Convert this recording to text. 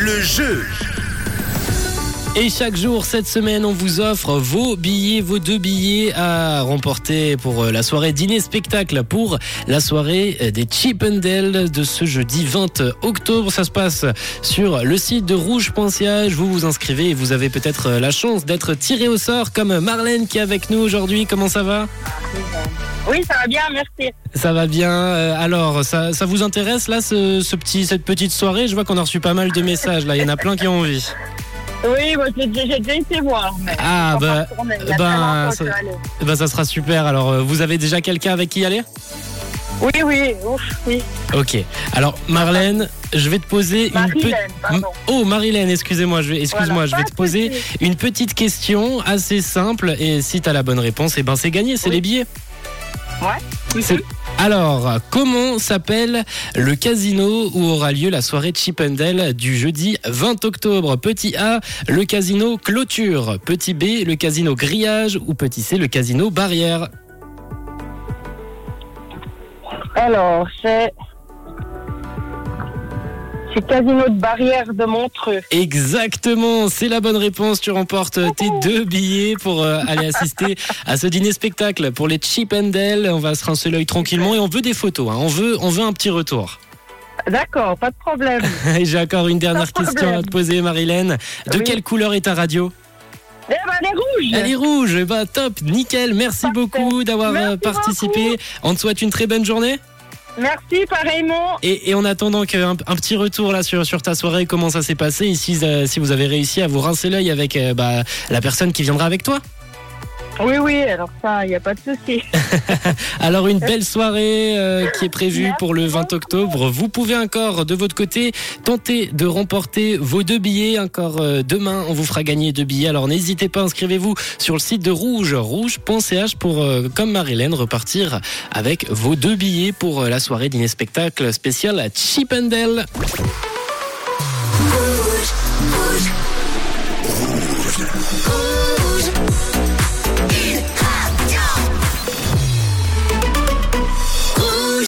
le jeu. Et chaque jour, cette semaine, on vous offre vos billets, vos 2 billets à remporter pour la soirée dîner-spectacle, pour la soirée des Chip 'n Dale de ce jeudi 20 octobre. Ça se passe sur le site de rouge.ch. Vous vous inscrivez et vous avez peut-être la chance d'être tiré au sort comme Marlène qui est avec nous aujourd'hui. Comment ça va ? Oui, ça va bien, merci. Ça va bien. Alors, ça vous intéresse là, cette petite soirée ? Je vois qu'on a reçu pas mal de messages là. Il y en a plein qui ont envie. Oui, moi, j'ai déjà été voir. Mais ça sera super. Alors, vous avez déjà quelqu'un avec qui y aller ? Oui. Ok. Alors, Marlène, je vais te poser Marilène, excusez-moi. Je vais te poser une petite question assez simple. Et si tu as la bonne réponse, c'est gagné, c'est les billets. Ouais. Alors, comment s'appelle le casino où aura lieu la soirée Chip 'n Dale du jeudi 20 octobre ? Petit A, le casino Clôture. Petit B, le casino Grillage. Ou petit C, le casino Barrière. Alors, c'est Casino de Barrière de Montreux. Exactement, c'est la bonne réponse. Tu remportes tes 2 billets pour aller assister à ce dîner-spectacle pour les Chip 'n Dale. On va se rincer l'œil tranquillement et on veut des photos. On veut un petit retour. D'accord, pas de problème. Et j'ai encore une dernière question à te poser, Marilène. De quelle couleur est ta radio ? Elle est rouge. Elle est rouge. Top, nickel. Merci beaucoup d'avoir participé. Beaucoup. On te souhaite une très bonne journée. Merci, pareillement. Et en attendant qu'un petit retour là sur ta soirée, comment ça s'est passé ici, si vous avez réussi à vous rincer l'œil avec la personne qui viendra avec toi. Oui, alors ça, il n'y a pas de souci. Alors une belle soirée qui est prévue pour le 20 octobre. Vous pouvez encore, de votre côté, tenter de remporter vos 2 billets. Encore demain, on vous fera gagner 2 billets. Alors n'hésitez pas, inscrivez-vous sur le site de rouge.ch pour, comme Marilène, repartir avec vos 2 billets pour la soirée dîner-spectacle spécial Chip 'n Dale. Rouge.